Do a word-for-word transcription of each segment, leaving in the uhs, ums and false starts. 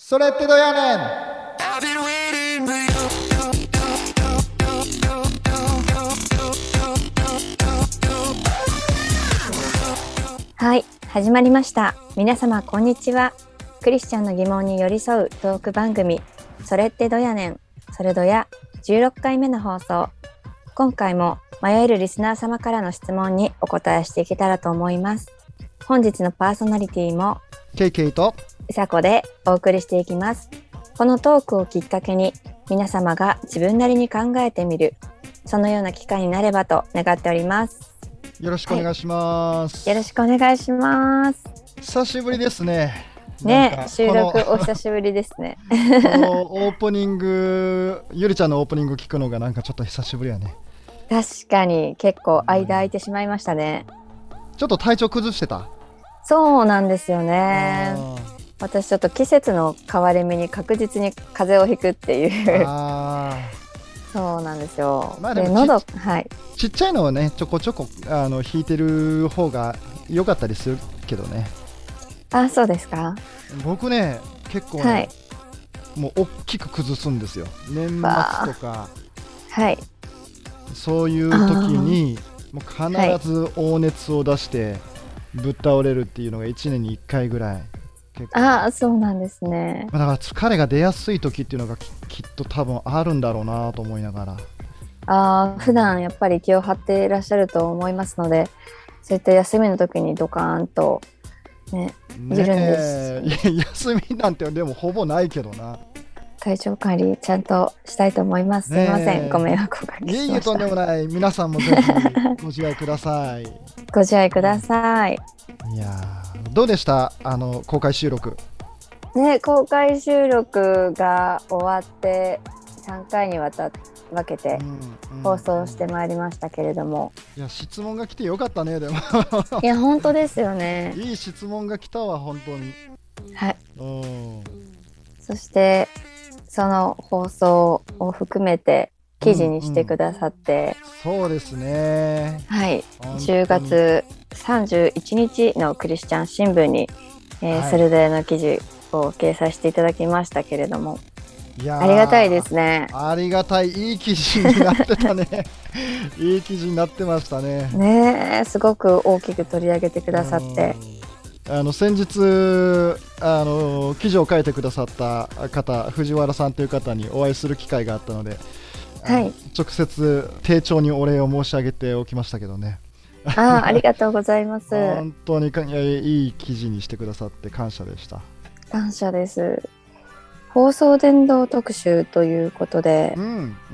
それってどやねん。 はい、始まりました。皆様こんにちは。クリスチャンの疑問に寄り添うトーク番組、それってどやねん、それどやじゅうろっかいめの放送。今回も迷えるリスナー様からの質問にお答えしていけたらと思います。本日のパーソナリティもケイケイとうさこでお送りしていきます。このトークをきっかけに皆様が自分なりに考えてみる、そのような機会になればと願っております。 よろしくお願いします、 はい、よろしくお願いします。 久しぶりですね。 ね、収録お久しぶりですね。 このオープニング、ゆりちゃんのオープニング聞くのがなんかちょっと久しぶりやね。 確かに結構間空いてしまいましたね。 ちょっと体調崩してた？ そうなんですよね。私ちょっと季節の変わり目に確実に風邪をひくっていうあそうなんですよ、 まあ、でもで喉、はい、 ちっちゃいのはねちょこちょこあの引いてる方が良かったりするけどね。 あ、そうですか。 僕ね結構ね、はい、もう大きく崩すんですよ。年末とか、はい、そういう時にもう必ず大熱を出してぶっ倒れるっていうのがいちねんにいっかいぐらい。 ああ、そうなんですね。 だから疲れが出やすい時っていうのが き, きっと多分あるんだろうなと思いながら。 ああ、普段やっぱり気を張っていらっしゃると思いますので、そういった休みの時にドカーンとね、いるんです。 いや休みなんてでもほぼないけどな。 体調管理ちゃんとしたいと思います。すいません、ご迷惑をおかけしました。 いえいえ、とんでもない。皆さんもぜひご自愛ください。 ご自愛ください。 いやどうでしたあの公開収録、 ね、公開収録が終わってさんかいにわた分けて放送してまいりましたけれども、 うんうん、いや質問が来てよかったね。でもいや本当ですよね。 いい質問が来たわ本当に。 はい。そしてその放送を含めて記事にしてくださって、 うんうん、そうですね。 はい、じゅうがつさんじゅういちにちのクリスチャン新聞に、えーはい、それぞれの記事を掲載していただきましたけれども、いやありがたいですね。 ありがたい、いい記事になってたねいい記事になってましたね。 ねえ、すごく大きく取り上げてくださって、 あの先日あの記事を書いてくださった方、藤原さんという方にお会いする機会があったので、はい、直接丁重にお礼を申し上げておきましたけどね。 あ, ありがとうございます。 本当にいい記事にしてくださって感謝でした。 感謝です。放送伝道特集ということで、 うんうんうん、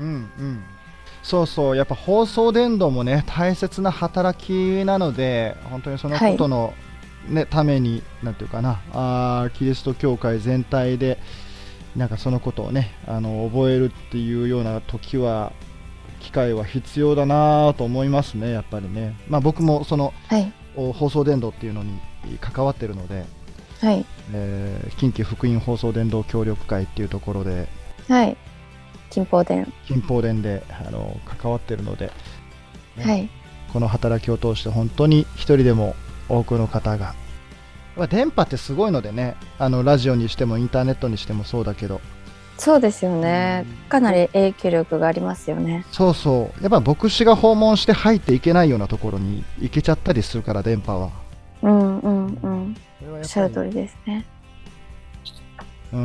そうそう、やっぱ放送伝道もね大切な働きなので、本当にそのことの、はいね、ためになんていうかな、あキリスト教会全体でなんかそのことをねあの覚えるっていうような時は機会は必要だなと思いますね。やっぱりね、まあ、僕もその、はい、放送伝道っていうのに関わってるので、はい、えー、近畿福音放送伝道協力会っていうところで、 はい、近報伝近報伝であの関わってるので、 ね、はい、 この働きを通して本当に一人でも多くの方が、電波ってすごいのでね、あのラジオにしてもインターネットにしてもそうだけど、 そうですよね、かなり影響力がありますよね。 そうそう、やっぱ牧師が訪問して入っていけないようなところに行けちゃったりするから、電波は。 うんうんうん、おっしゃる通りですね。 うん、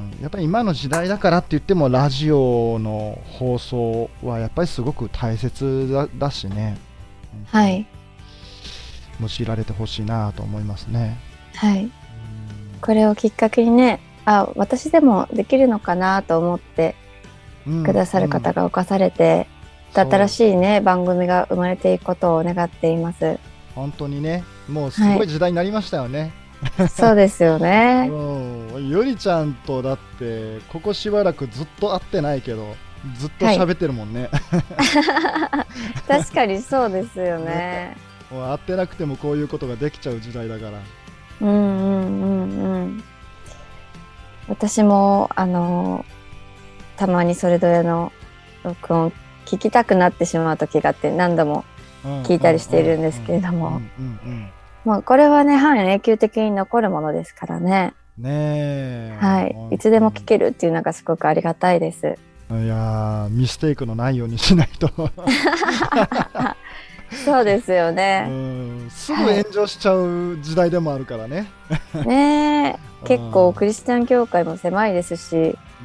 やっぱり今の時代だからって言ってもラジオの放送はやっぱりすごく大切 だ, だしね、 はい、 用いられてほしいなと思いますね。 はい、これをきっかけにね、あ、私でもできるのかなと思ってくださる方が侵されて、うんうん、新しいね番組が生まれていくことを願っています。 本当にね、もうすごい時代になりましたよね、 はい、そうですよねうん、よりちゃんとだってここしばらくずっと会ってないけどずっと喋ってるもんね、 はい、確かにそうですよね。 ね、もう会ってなくてもこういうことができちゃう時代だから。 うんうんうんうん。私もあのたまにそれぞれの録音聞きたくなってしまう時があって何度も聞いたりしているんですけれども、まあこれはね半永久的に残るものですからね。 ねえ、 はい、いつでも聞けるっていうのがすごくありがたいです。 いやミステイクのないようにしないとそうですようね。 ん、すぐ炎上しちゃう時代でもあるからね。 ねえ、結構クリスチャン教会も狭いですし、 うん、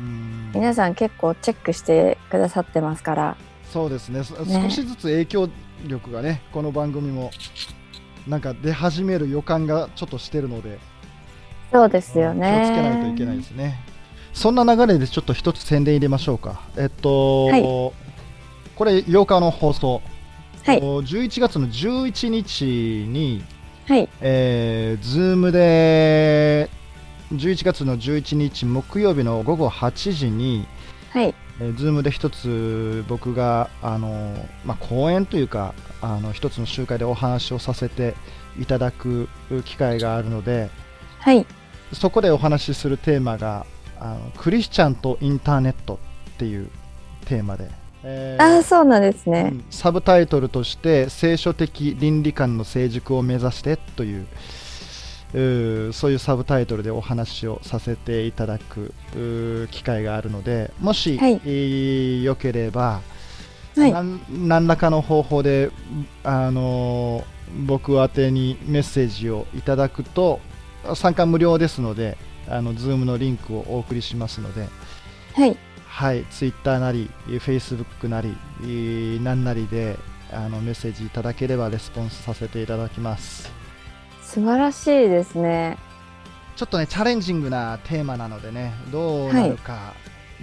皆さん結構チェックしてくださってますから。 そうですね、 ね、 少しずつ影響力がね、この番組もなんか出始める予感がちょっとしてるので、 そうですよね、 気をつけないといけないですね。そんな流れでちょっと一つ宣伝入れましょうか。えっと、はい、これようかの放送、はい、じゅういちがつのじゅういちにちに、はい、えー、Zoom でじゅういちがつのじゅういちにち木曜日のごごはちじに、はい、えー、Zoom で一つ僕があの、まあ、講演というかあの一つの集会でお話をさせていただく機会があるので、はい、そこでお話しするテーマがあのクリスチャンとインターネットっていうテーマで、 えー、あ、そうなんですね、うん、 サブタイトルとして聖書的倫理観の成熟を目指してという、うそういうサブタイトルでお話をさせていただく機会があるので、もし、はい、えー、よければ、はい、何, 何らかの方法で、あのー、僕宛てにメッセージをいただくと参加無料ですので、あの Zoom のリンクをお送りしますので、はい、はい、Twitter なり Facebook なり何なりであのメッセージいただければレスポンスさせていただきます。 素晴らしいですね。 ちょっとねチャレンジングなテーマなのでね、どうなるか、はい、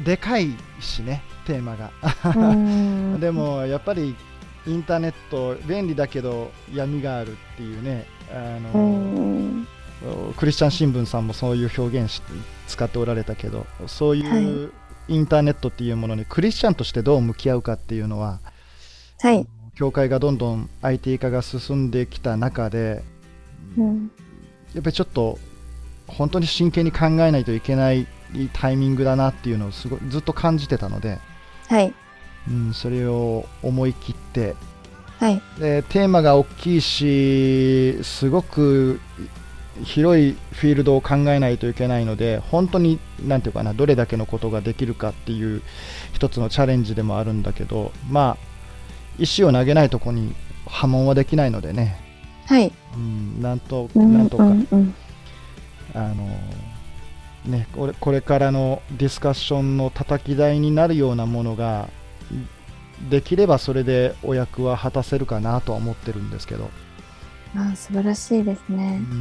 でかいしねテーマがでもやっぱりインターネット便利だけど闇があるっていうね、あのクリスチャン新聞さんもそういう表現し使っておられたけど、そういうインターネットっていうものにクリスチャンとしてどう向き合うかっていうのは、はい、教会がどんどん アイティー 化が進んできた中で、うん、やっぱりちょっと本当に真剣に考えないといけないタイミングだなっていうのをすごいずっと感じてたので、はい、うん、それを思い切って、はい、でテーマが大きいしすごく広いフィールドを考えないといけないので、本当になんていうかな、どれだけのことができるかっていう一つのチャレンジでもあるんだけど、まあ石を投げないとこに波紋はできないのでね、はい、うん、なんとなんとか、うんうん、あのね、これ、これからのディスカッションの叩き台になるようなものができればそれでお役は果たせるかなとは思ってるんですけど。 あ、素晴らしいですね。 うん、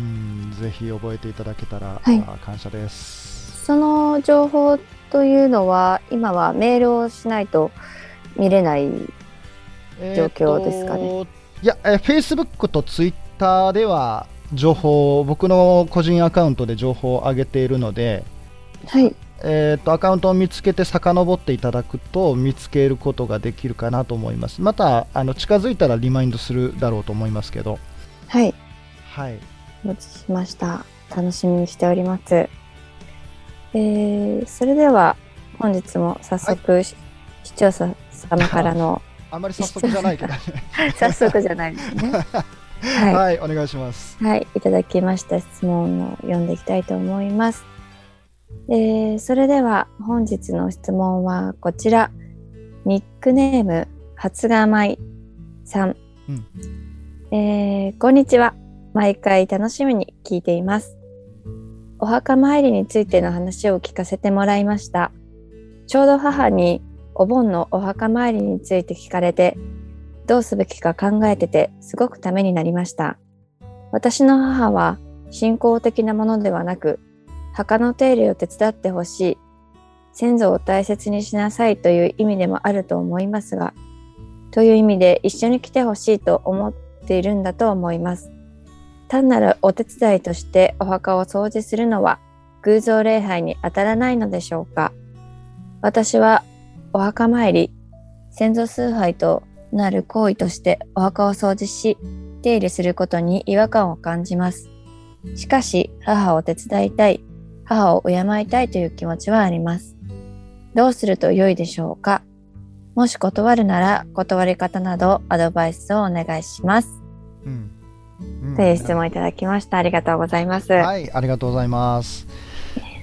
ぜひ覚えていただけたら、はい、感謝です。 その情報というのは今はメールをしないと見れない状況ですかね。えー、 いや、え Facebook と Twitter では情報、僕の個人アカウントで情報を上げているので、はい、えー、とアカウントを見つけて遡っていただくと見つけることができるかなと思います。またあの近づいたらリマインドするだろうと思いますけど。 はい、はい、お持ちしました。楽しみにしております。えー、それでは本日も早速、はい、視聴者様からのあんまり早速じゃないけどね早速じゃないですねはい、はい、お願いします。 はい、いただきました質問を読んでいきたいと思います。えー、それでは本日の質問はこちら。ニックネーム初がまいさん、うんえー、こんにちは。毎回楽しみに聞いています。お墓参りについての話を聞かせてもらいました。ちょうど母にお盆のお墓参りについて聞かれて、どうすべきか考えててすごくためになりました。私の母は信仰的なものではなく、墓の手入れを手伝ってほしい、先祖を大切にしなさいという意味でもあると思いますが、という意味で一緒に来てほしいと思っているんだと思います。単なるお手伝いとしてお墓を掃除するのは偶像礼拝に当たらないのでしょうか。私はお墓参り、先祖崇拝となる行為としてお墓を掃除し、手入れすることに違和感を感じます。しかし、母を手伝いたい、母を敬いたいという気持ちはあります。どうすると良いでしょうか。もし断るなら、断り方などアドバイスをお願いします。うんうん、という質問いただきました。ありがとうございます。 はい、ありがとうございます。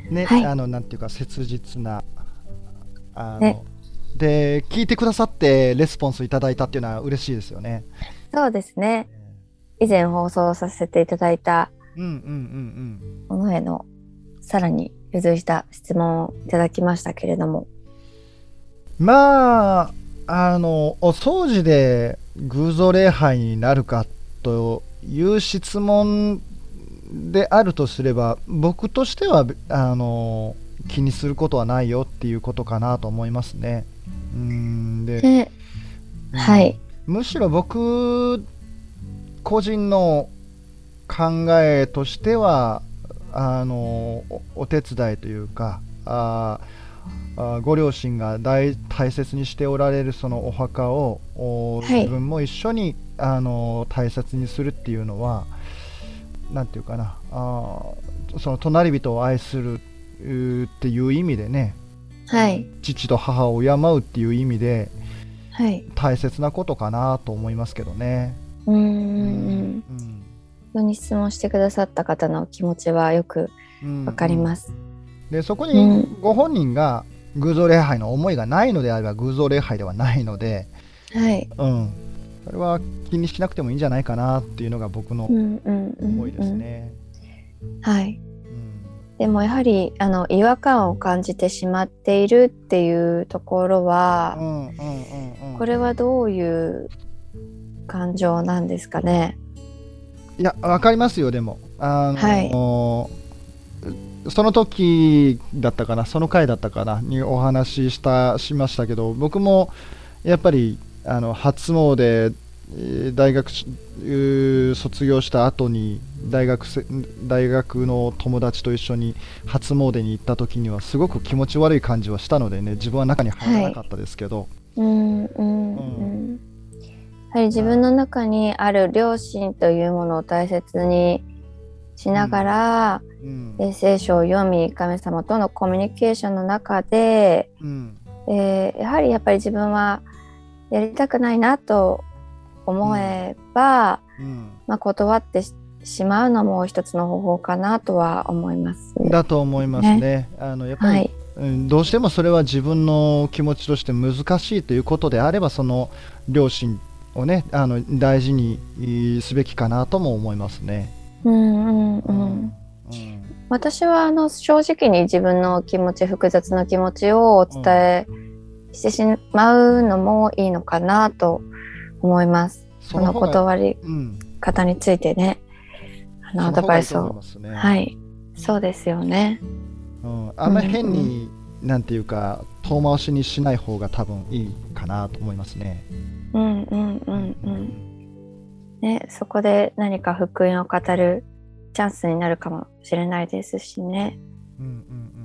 ね、 はいあのなんていうか切実なあの、 ねで聞いてくださってレスポンスいただいたっていうのは嬉しいですよね。 そうですね。以前放送させていただいたうんうんうんものへのさらに付随した質問をいただきましたけれども、 うん。まああのお掃除で偶像礼拝になるかという質問であるとすれば、僕としてはあの気にすることはないよっていうことかなと思いますね。うーんで、 で、 うん、 はい、 むしろ僕個人の考えとしてはあの お, お手伝いというか、ああご両親が大大切にしておられるそのお墓をおはい、 自分も一緒にあの大切にするっていうのは、なんていうかな、あその隣人を愛するうっていう意味でね、 はい、 父と母を敬うっていう意味ではい、 大切なことかなと思いますけどね。 うーん、 ううん本当に質問してくださった方の気持ちはよくうんわかります。 うん、でそこうにん、 ご本人が偶像礼拝の思いがないのであれば偶像礼拝ではないので、 はい、 うん、それは気にしなくてもいいんじゃないかなっていうのが僕のうん、うん、うん、 思いですね。 はい。 うんでもやはりあの違和感を感じてしまっているっていうところは、 うんうんうんうん、 これはどういう感情なんですかね。 いやわかりますよ。でもあはい、 のその時だったかな、その回だったかなにお話ししたしましたけど、僕もやっぱりあの初詣、えー大学しうー卒業した後に大学せ大学の友達と一緒に初詣に行った時にはすごく気持ち悪い感じはしたのでね、自分は中に入らなかったですけど、 うんうんううんん、やはり自分の中にある良心というものを大切にしながら、 うんで聖書を読み神様とのコミュニケーションの中で、 うんでやはりやっぱり自分はやりたくないなと思えば、 うんまあ、断ってししまうのも一つの方法かなとは思います。 だと思いますね。あのやっぱり、 はい、 うん、どうしてもそれは自分の気持ちとして難しいということであれば、その良心をねあの大事にすべきかなとも思いますね。 うんうんううんん、私はあの正直に自分の気持ち複雑な気持ちをお伝えしてしまうのもいいのかなと思います。その断り方についてね、あのアドバイスを、 ね、 はい、そうですよね。 うん、あんまり変に、うん、なんていうか遠回しにしない方が多分いいかなと思いますね。 うんうんうんうん。ね、そこで何か福音を語るチャンスになるかもしれないですしね。 うんうんうん。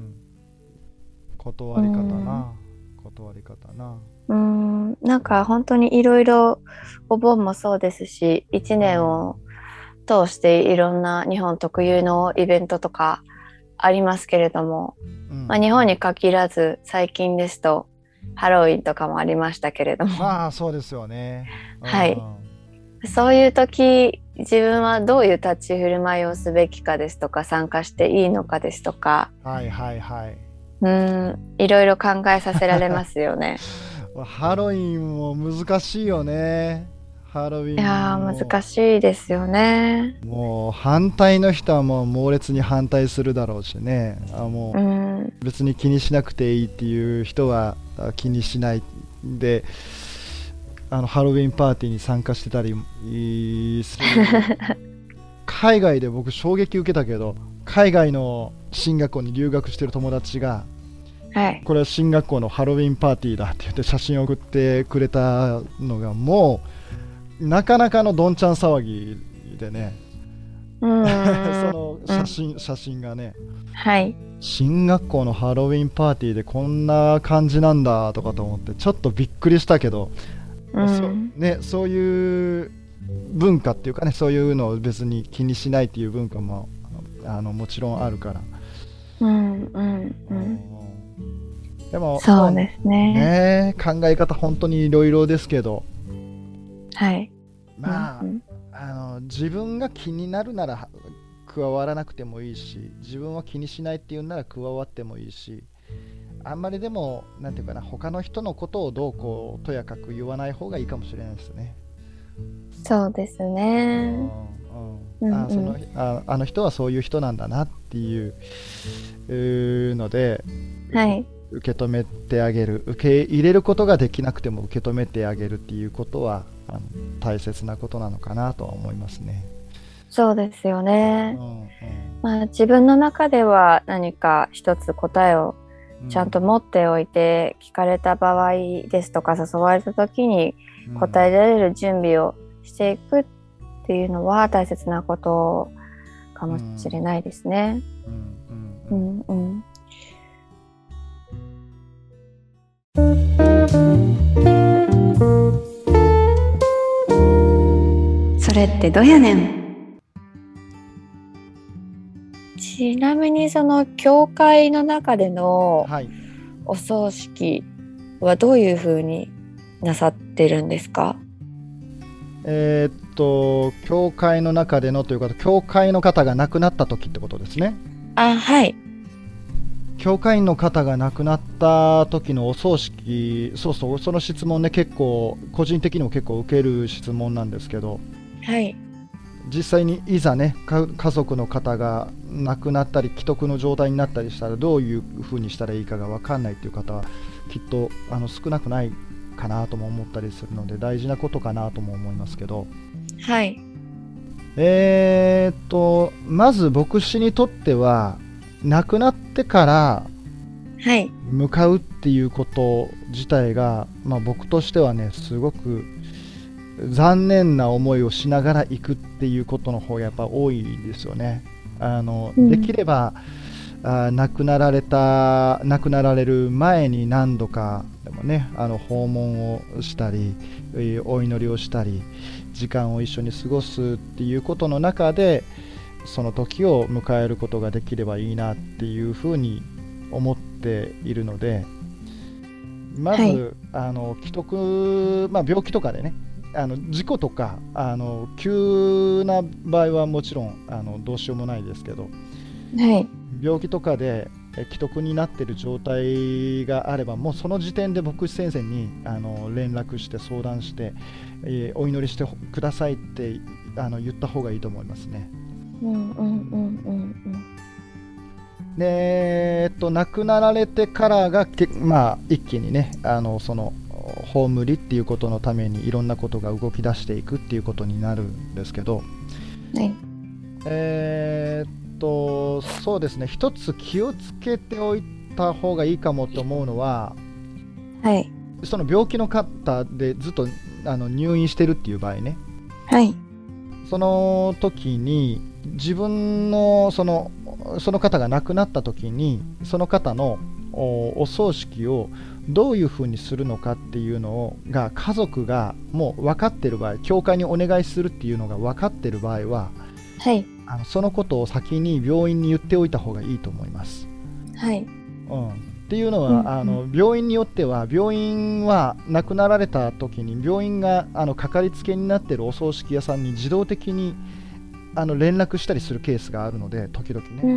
断り方な、断り方な。 うーん、なんか本当にいろいろお盆もそうですし、一年を通していろんな日本特有のイベントとかありますけれども、うんまあ、日本に限らず最近ですとハロウィンとかもありましたけれども、 まあそうですよね。 はい。そういう時自分はどういう立ち振る舞いをすべきかですとか参加していいのかですとか、 はいはいはい、 うーんいろいろ考えさせられますよね。 ハロウィンも難しいよね。ハロウィンもいやー難しいですよね。 もう反対の人はもう猛烈に反対するだろうしね。あもう、うん、別に気にしなくていいっていう人は気にしないであのハロウィンパーティーに参加してたりする海外で僕衝撃受けたけど、海外の進学校に留学してる友達が、はい、これは進学校のハロウィンパーティーだって言って写真を送ってくれたのがもうなかなかのどんちゃん騒ぎでね、うんその写真、うん、写真がね、はい、進学校のハロウィンパーティーでこんな感じなんだとかと思ってちょっとびっくりしたけど、うんそね、そういう文化っていうかね、そういうのを別に気にしないっていう文化もあのもちろんあるから、うんうんうん、でもそうですね、ね考え方本当にいろいろですけど、はい、まあ、うんうん、あの自分が気になるなら加わらなくてもいいし、自分は気にしないっていうんなら加わってもいいし、あんまりでもなんていうかな、他の人のことをどうこうとやかく言わない方がいいかもしれないですね。 そうですね。 うんうん、あそのああの人はそういう人なんだなっていういうので、 はい、 受け止めてあげる、受け入れることができなくても受け止めてあげるっていうことはあの大切なことなのかなとは思いますね。 そうですよね。 うんうんまあ、自分の中では何か一つ答えをちゃんと持っておいて、聞かれた場合ですとか誘われた時に答えられる準備をしていくっていうのは大切なことかもしれないですね。うんうん。それってどやねん。ちなみにその教会の中でのお葬式はどういうふうになさってるんですか？ えー、っと教会の中でのというか、教会の方が亡くなった時ってことですね。 あ、はい。 教会員の方が亡くなった時のお葬式、そうそう、その質問ね、結構個人的にも結構受ける質問なんですけど、 はい。 実際にいざね、家族の方が亡くなったり危篤の状態になったりしたらどういうふうにしたらいいかが分かんないという方はきっとあの少なくないかなとも思ったりするので、大事なことかなとも思いますけど、 はい。 えーっとまず牧師にとっては亡くなってから向かうっていうこと自体が、まあ、僕としてはねすごく残念な思いをしながら行くっていうことの方がやっぱ多いですよね。あの、うん、できればあ亡くなられた亡くなられる前に何度かでもね、あの訪問をしたりお祈りをしたり時間を一緒に過ごすっていうことの中でその時を迎えることができればいいなっていうふうに思っているので、まず、はい、あの危篤、まあ、病気とかでね、あの事故とかあの急な場合はもちろんあのどうしようもないですけど、 はい、 病気とかで危篤になっている状態があればもうその時点で牧師先生にあの連絡して相談して、えー、お祈りしてくださいってあの言った方がいいと思いますね。 うんうんうんうんうんで、えっと、亡くなられてからが、まあ、一気にねあのその葬りっていうことのためにいろんなことが動き出していくっていうことになるんですけど、 はい、 えー、っとそうですね、一つ気をつけておいた方がいいかもと思うのは、 はい、 その病気の方でずっとあの入院してるっていう場合ね、 はい、 その時に自分のそのその方が亡くなった時にその方の お, お葬式をどういうふうにするのかっていうのが家族がもう分かっている場合、教会にお願いするっていうのが分かっている場合は、 はい、 あのそのことを先に病院に言っておいた方がいいと思います。 はい、 うん、っていうのは、うんうん、あの病院によっては病院は亡くなられた時に病院があのかかりつけになっているお葬式屋さんに自動的にあの連絡したりするケースがあるので、時々ね、うん、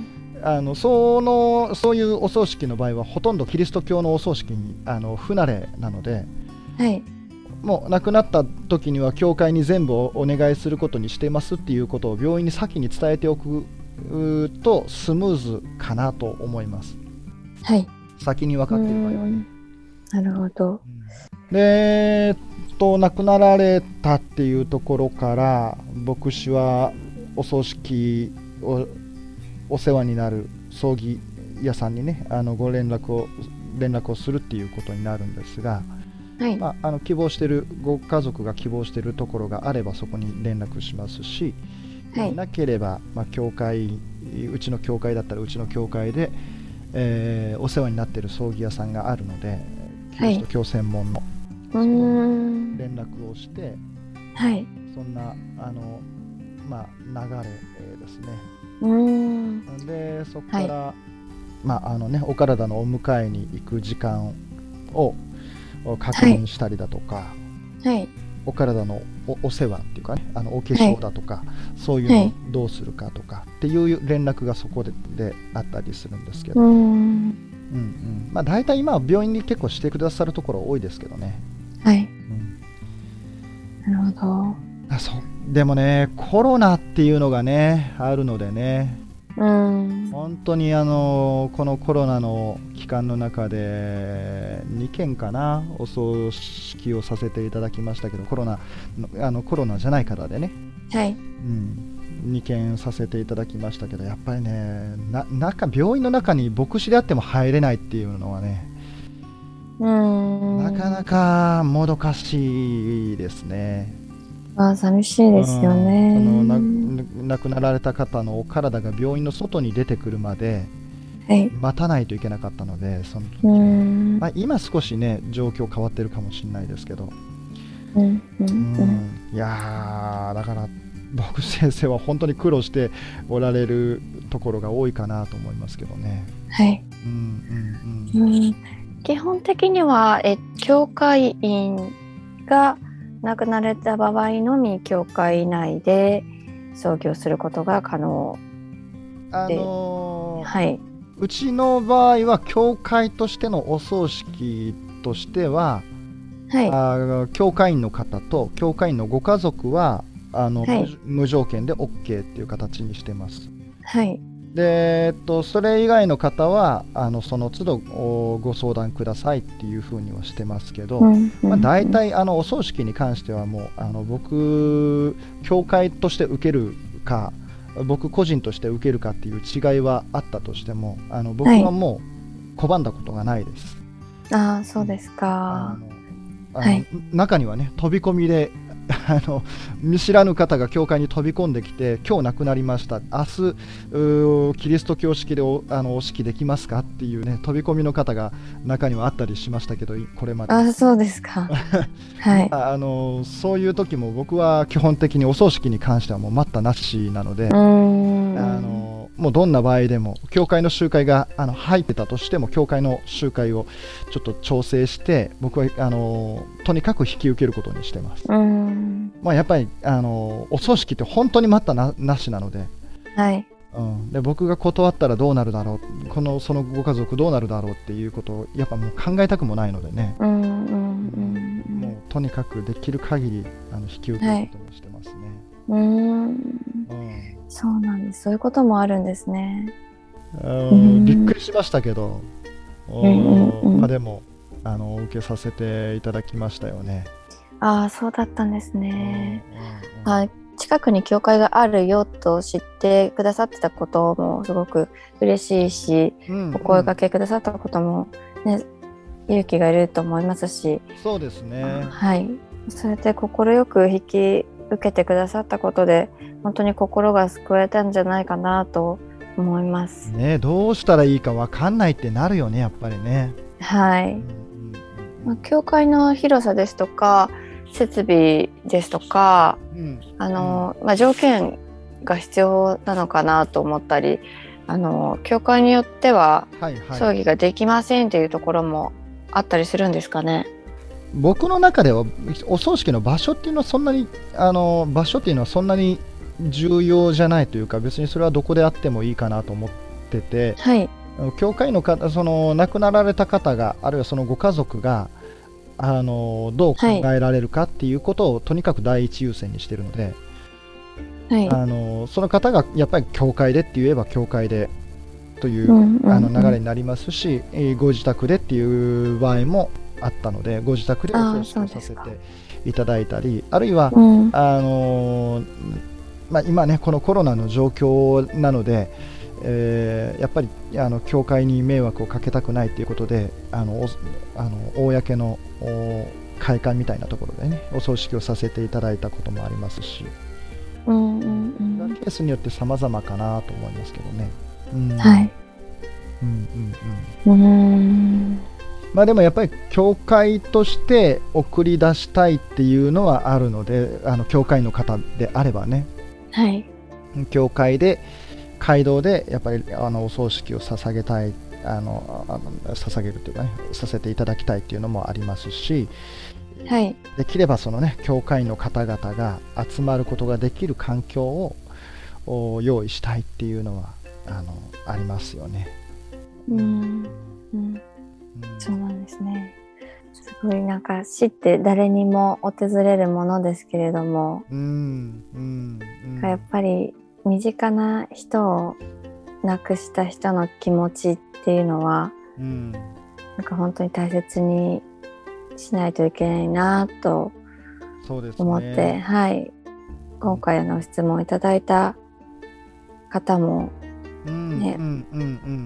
あの そ, のそういうお葬式の場合はほとんどキリスト教のお葬式にあの不慣れなので、 はい、 もう亡くなった時には教会に全部お願いすることにしてますっていうことを病院に先に伝えておくとスムーズかなと思います。 はい、 先に分かっている場合はね。 なるほど。 でと亡くなられたっていうところから牧師はお葬式をお世話になる葬儀屋さんにねあのご連絡を連絡をするっていうことになるんですが、はい、まあ、あの希望しているご家族が希望しているところがあればそこに連絡しますし、はい、なければ、まあ、教会うちの教会だったらうちの教会で、えー、お世話になっている葬儀屋さんがあるのでキリスト教専門の、はい、その連絡をして、はい、そんなあの、まあ、流れですね。うんでそこから、はい、まああのね、お体のお迎えに行く時間を確認したりだとか、はいはい、 お体の お, お世話っていうかね、あのお化粧だとか、はい、そういうのをどうするかとかっていう連絡がそこ で, であったりするんですけど、うんうん、まあ大体今は病院に結構してくださるところ多いですけどね。 はい、うん、なるほど。 あ、そうでもね、コロナっていうのがねあるのでね、うん、本当にあのこのコロナの期間の中でにけんかなお葬式をさせていただきましたけど、コロナあのコロナじゃない方でね、 はい、 うん、にけんさせていただきましたけど、やっぱりね、な中病院の中に牧師であっても入れないっていうのはね、うん、なかなかもどかしいですね。 あ、寂しいですよね。 うん、その亡くなられた方のお体が病院の外に出てくるまで待たないといけなかったので、はい、その時、うんまあ、今少しね状況変わってるかもしれないですけど、うんうんうん、いやーだから僕先生は本当に苦労しておられるところが多いかなと思いますけどね。 はい、うんうんうん、基本的にはえ教会員が亡くなられた場合のみ教会内で葬儀をすることが可能で、あのーはい、 うちの場合は教会としてのお葬式としては、はい、あ教会員の方と教会員のご家族はあの、はい、無条件で OK っていう形にしてます。 はい、 で、えっと、それ以外の方はあのその都度ご相談くださいっていうふうにはしてますけど、うんうんうん、まあ、大体あのお葬式に関してはもうあの僕教会として受けるか僕個人として受けるかっていう違いはあったとしても、あの僕はもう拒んだことがないです。 はい、ああ、そうですか。 あのあの、はい、中にはね飛び込みであの見知らぬ方が教会に飛び込んできて、今日亡くなりました、明日キリスト教式で お, あのお式できますかっていうね飛び込みの方が中にはあったりしましたけど、これまで。 あ、そうですか。はい、 あのそういう時も僕は基本的にお葬式に関してはもう待ったなしなので、うーん、あのもうどんな場合でも教会の集会があの入ってたとしても教会の集会をちょっと調整して僕はあのとにかく引き受けることにしてます。うん、まあ、やっぱりあのお葬式って本当に待ったな、なしなので、 はい、 うん、で僕が断ったらどうなるだろう、このそのご家族どうなるだろうっていうことをやっぱもう考えたくもないのでね、うんうんうん、もうとにかくできる限りあの引き受けることにしてますね。はい、うーん、うん、 そうなんです。そういうこともあるんですね。 びっくりしましたけど、うんうん、まあ、でもあの受けさせていただきましたよね。 ああ、そうだったんですね。うんうんうん、あ、近くに教会があるよと知ってくださってたこともすごく嬉しいし、うんうん、お声掛けくださったことも、ね、勇気がいると思いますし。 そうですね。 はい、そうやって快く引き受けてくださったことで本当に心が救えたんじゃないかなと思います。 ね、どうしたらいいか分かんないってなるよね、やっぱりね。 はい、うんうんうん、まあ、教会の広さですとか設備ですとか、うん、あのまあ、条件が必要なのかなと思ったり、あの教会によっては葬儀ができませんというところもあったりするんですかね。 僕の中ではお葬式の場所っていうのはそんなにあの場所っていうのはそんなに重要じゃないというか、別にそれはどこであってもいいかなと思ってて、はい、教会の方、その亡くなられた方があるいはそのご家族があのどう考えられるかっていうことを、はい、とにかく第一優先にしているので、はい、あのその方がやっぱり教会でって言えば教会でという、うんうんうん、あの流れになりますし、ご自宅でっていう場合もあったので、ご自宅でお葬式をさせていただいたり、 あ, あるいは、うん、あのまあ、今ねこのコロナの状況なので、えー、やっぱりあの教会に迷惑をかけたくないということで、あのあの公の会館みたいなところでねお葬式をさせていただいたこともありますし、うんうんうん、ケースによって様々かなと思いますけどね。うん、はい、うんうんうん、うーん、まあ、でもやっぱり教会として送り出したいっていうのはあるので、あの教会の方であればね、はい、教会で街道でやっぱりあのお葬式を捧げたい、あのあの捧げるというかね、させていただきたいっていうのもありますし、 はい、 できればそのね教会の方々が集まることができる環境を用意したいっていうのはあのありますよね。 うん、うんうん、そうなんですね。すごいなんか死って誰にも訪れるものですけれども、 うんうんうん、 やっぱり身近な人を亡くした人の気持ちっていうのは、うん、なんか本当に大切にしないといけないなと思って、ね、はい、今回の質問をいただいた方も、ね、うんうんうん、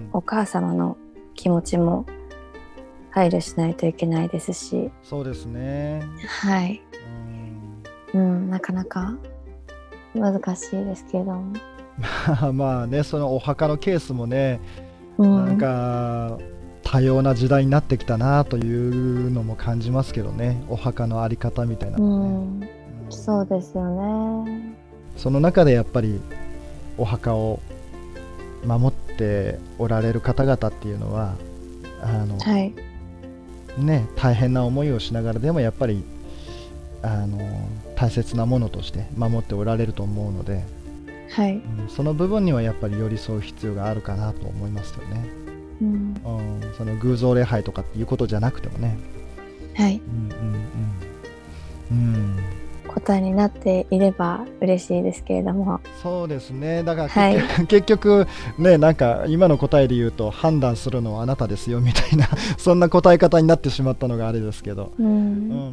お母様の気持ちも配慮しないといけないですし、 そうですね、 はい、うん、うん、なかなか難しいですけれどもまあね、そのお墓のケースもね、うん、なんか多様な時代になってきたなというのも感じますけどね、お墓のあり方みたいなのね、 うんうん、そうですよね。 その中でやっぱりお墓を守っておられる方々っていうのはあの、はい、ね、大変な思いをしながらでもやっぱりあの大切なものとして守っておられると思うので、はい、うん、その部分にはやっぱり寄り添う必要があるかなと思いますよね、うんうん、その偶像礼拝とかっていうことじゃなくてもね、 はい、うんうんうんうん、答えになっていれば嬉しいですけれども。 そうですね、だから結局、はい、結局ね、なんか今の答えで言うと判断するのはあなたですよみたいなそんな答え方になってしまったのがあれですけど、うんうん、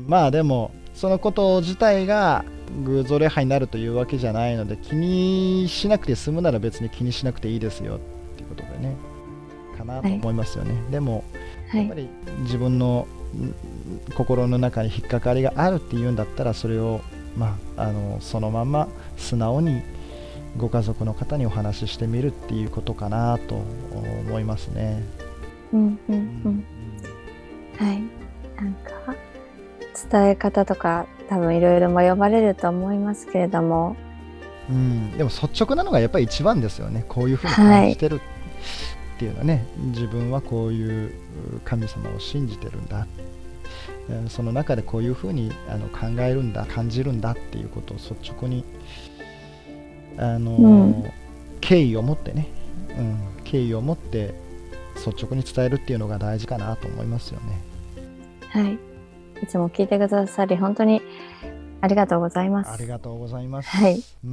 まあでもそのこと自体が偶像礼拝になるというわけじゃないので、気にしなくて済むなら別に気にしなくていいですよっていうことでねかなと思いますよね、はい、でもやっぱり自分の心の中に引っかかりがあるっていうんだったら、それを、まあ、あのそのまま素直にご家族の方にお話ししてみるっていうことかなと思いますね。 うんうんうん、はい、なんか伝え方とか多分いろいろ迷われると思いますけれども、 うん、でも率直なのがやっぱり一番ですよね。こういうふうに感じてるっていうのはね、はい、自分はこういう神様を信じてるんだ、その中でこういうふうにあの考えるんだ、感じるんだっていうことを率直にあの、うん、敬意を持ってね、うん、敬意を持って率直に伝えるっていうのが大事かなと思いますよね。 はい、いつも聞いてくださり本当にありがとうございます。 ありがとうございます。 はい、 うん、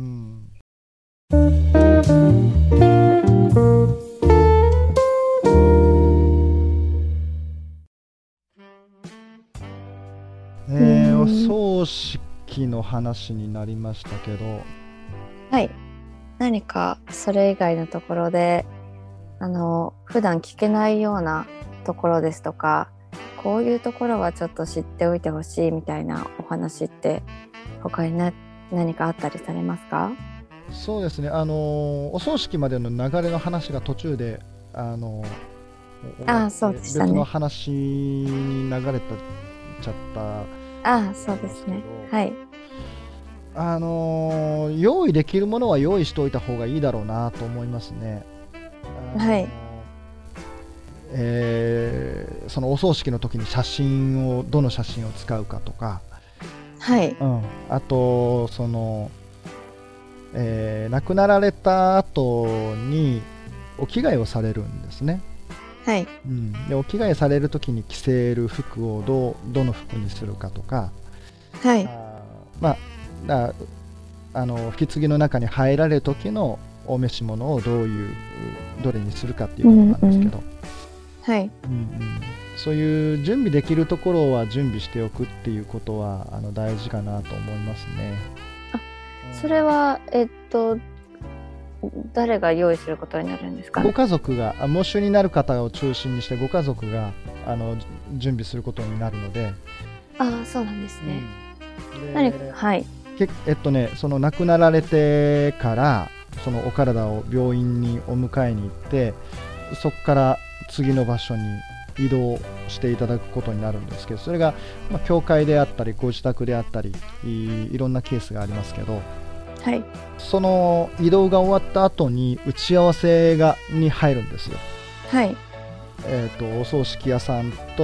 えー、お葬式の話になりましたけど、 はい、何かそれ以外のところであの普段聞けないようなところですとか、こういうところはちょっと知っておいてほしいみたいなお話って他にな何かあったりされますか？ そうですね、あのお葬式までの流れの話が途中であのあそうでしたね、 別の話に流れたちゃったあそうですね、はい、 あの用意できるものは用意しておいた方がいいだろうなと思いますね。 はい、 えー、そのお葬式の時に写真をどの写真を使うかとか、 はい、 うん、あとその、えー、亡くなられた後にお着替えをされるんですね。 はい、 うん、でお着替えされる時に着せる服をどうどの服にするかとか、 はい、 あまあだあの引き継ぎの中に入られる時のお召し物をどういうどれにするかっていうことなんですけど、うんうんはい、 うんうん、そういう準備できるところは準備しておくっていうことはあの大事かなと思いますね。 あ、それはえっと誰が用意することになるんですかね？ ご家族が、喪主になる方を中心にしてご家族があの準備することになるので。 ああ、そうなんですね。うん、何か、はい。 けえっとね、その亡くなられてからそのお体を病院にお迎えに行って、そこから次の場所に移動していただくことになるんですけど、それが、まあ、教会であったりご自宅であったり い, いろんなケースがありますけど、 はい、 その移動が終わった後に打ち合わせがに入るんですよ。 はい、 えーと、お葬式屋さんと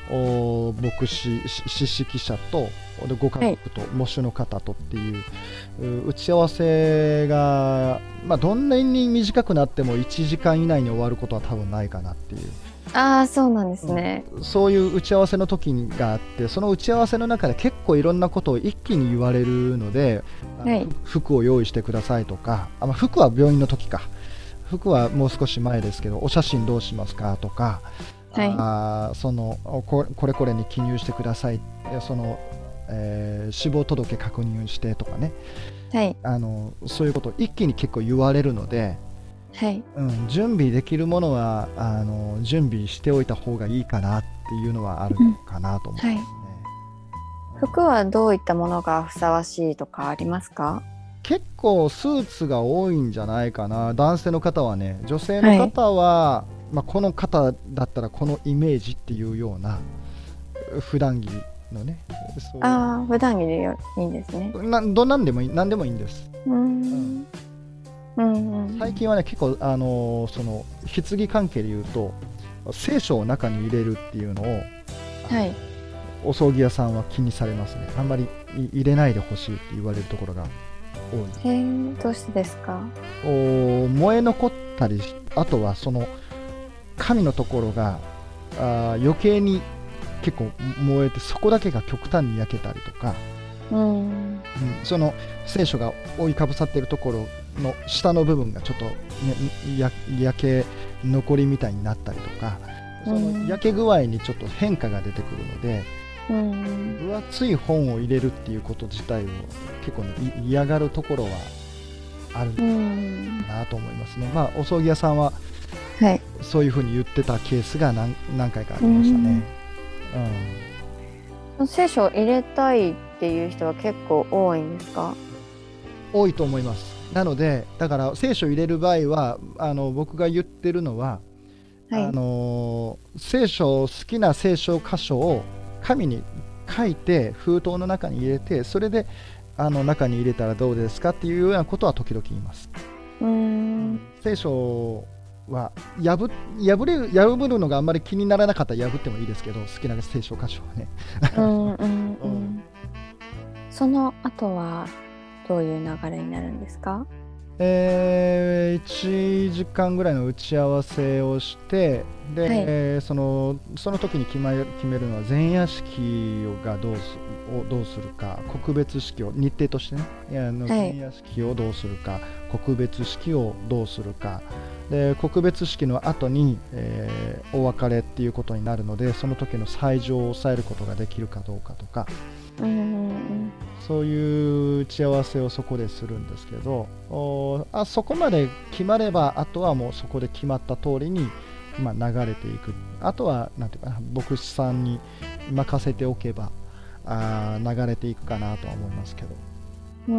お牧師司式者とでご家族と喪主の方とっていう、う打ち合わせが、まあ、どんなに短くなってもいちじかん以内に終わることは多分ないかなっていう。 ああ、そうなんですね、 うん、そういう打ち合わせの時があって、その打ち合わせの中で結構いろんなことを一気に言われるので、はい、服を用意してくださいとか、あ、まあ、服は病院の時か、服はもう少し前ですけど、お写真どうしますかとか、はい、あその こ, これこれに記入してください、その、えー、死亡届確認してとかね、はい、あのそういうことを一気に結構言われるので、はい、うん、準備できるものはあの準備しておいた方がいいかなっていうのはあるかなと思いますね、 うん、はい、服はどういったものがふさわしいとかありますか？ 結構スーツが多いんじゃないかな、男性の方はね。女性の方は、はい、まあ、この方だったらこのイメージっていうような普段着のね、 そう、ああ、普段着でいいんですね。 などんなんでもいい、何でもいいんです。 うん、うんうんうん、 最近はね結構あのー、その棺関係で言うと聖書を中に入れるっていうのを、はい、お葬儀屋さんは気にされますね。あんまり入れないでほしいって言われるところが多い。 へえ、どうしてですか？ お燃え残ったり、あとはその神のところがあ余計に結構燃えて、そこだけが極端に焼けたりとか、うん、うん、その聖書が覆いかぶさっているところの下の部分がちょっと、ね、や焼け残りみたいになったりとか、その焼け具合にちょっと変化が出てくるので、うん、分厚い本を入れるっていうこと自体を結構、ね、嫌がるところはあるなと思いますね。まあ、お葬儀屋さんは、はい、そういうふうに言ってたケースが 何, 何回かありましたね。 うん、聖書を入れたいっていう人は結構多いんですか？ 多いと思います。なのでだから聖書を入れる場合はあの僕が言ってるのは、はい、あの聖書好きな聖書箇所を紙に書いて封筒の中に入れて、それであの中に入れたらどうですかっていうようなことは時々言います。うーん、聖書は破, 破, れる破るのがあんまり気にならなかったら破ってもいいですけど、好きな聖書箇所はねうんうん、うん、 その後はどういう流れになるんですか？ えー、いちじかんぐらいの打ち合わせをして、で、はい、えー、そのその時に決める、決めるのは前夜式がどうすをどうするか、告別式を日程としてね、いやあの前夜式をどうするか、はい、告別式をどうするかで、告別式の後に、えー、お別れっていうことになるので、その時の最上を抑えることができるかどうかとか、うんうんうん、そういう打ち合わせをそこでするんですけど、おあそこまで決まれば、あとはもうそこで決まった通りに、まあ、流れていく。あとはなんていうかな、牧師さんに任せておけばあ流れていくかなとは思いますけど、うん、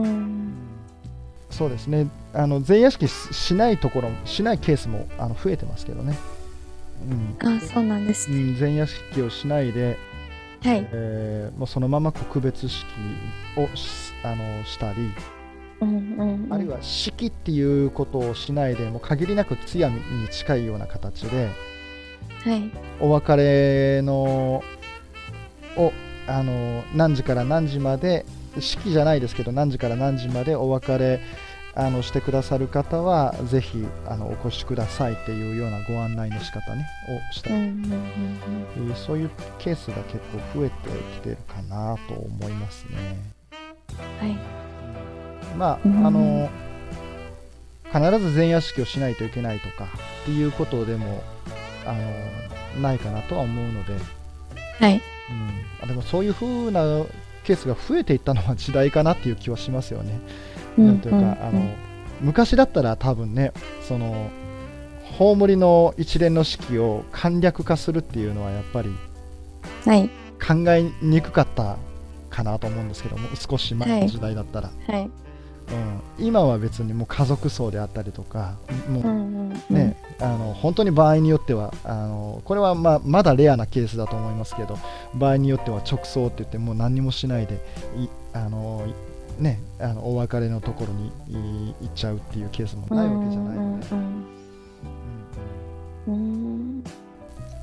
そうですね、あの前夜式 し, しないところしないケースもあの増えてますけどね、 うん、あ、そうなんですね、 うん、前夜式をしないで、はい、えー、もうそのまま告別式を し, あのしたり、うんうんうん、あるいは式っていうことをしないで、もう限りなく通夜に近いような形で、はい、お別れのをあの何時から何時まで、式じゃないですけど何時から何時までお別れあのしてくださる方はぜひあのお越しくださいっていうようなご案内の仕方ねをしたり、うんうんうんうん、そういうケースが結構増えてきてるかなと思いますね。はい、まあ、うん、あの必ず前夜式をしないといけないとかっていうことでもあのないかなとは思うので、はい、うん、でもそういう風なケースが増えていったのは時代かなっていう気はしますよね。なんというか、うんうんうん、あの昔だったら多分ね、その葬りの一連の式を簡略化するっていうのはやっぱり考えにくかったかなと思うんですけども、少し前の時代だったら、はいはい、うん、今は別にもう家族葬であったりとか、もう、うんうんうん、ね、あの本当に場合によってはあのこれは、まあ、まだレアなケースだと思いますけど、場合によっては直葬って言ってもう何にもしないでいあのね、あのお別れのところに行っちゃうっていうケースもないわけじゃないので、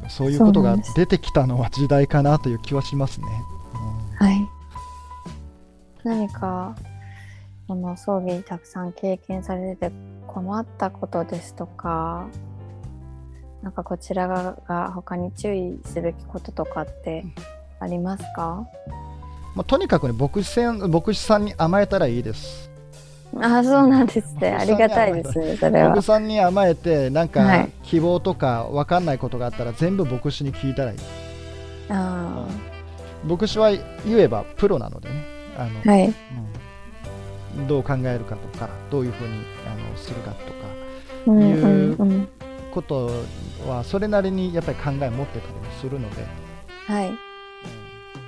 そういうことが出てきたのは時代かなという気はしますね。 うん、はい。何かこの葬儀たくさん経験されてて困ったことですとか、なんかこちらが他に注意すべきこととかってありますか？ まあ、とにかくね、牧師さん、牧師さんに甘えたらいいです。 ああ、そうなんですね。ありがたいですね、それは。 牧師さんに甘えて、なんか希望とか分かんないことがあったら全部牧師に聞いたらいい。あ牧師は言えばプロなのでね、あの、はい、うん、どう考えるかとか、どういうふうにあのするかとかいうことはそれなりにやっぱり考え持ってたりもするので、はい、うん、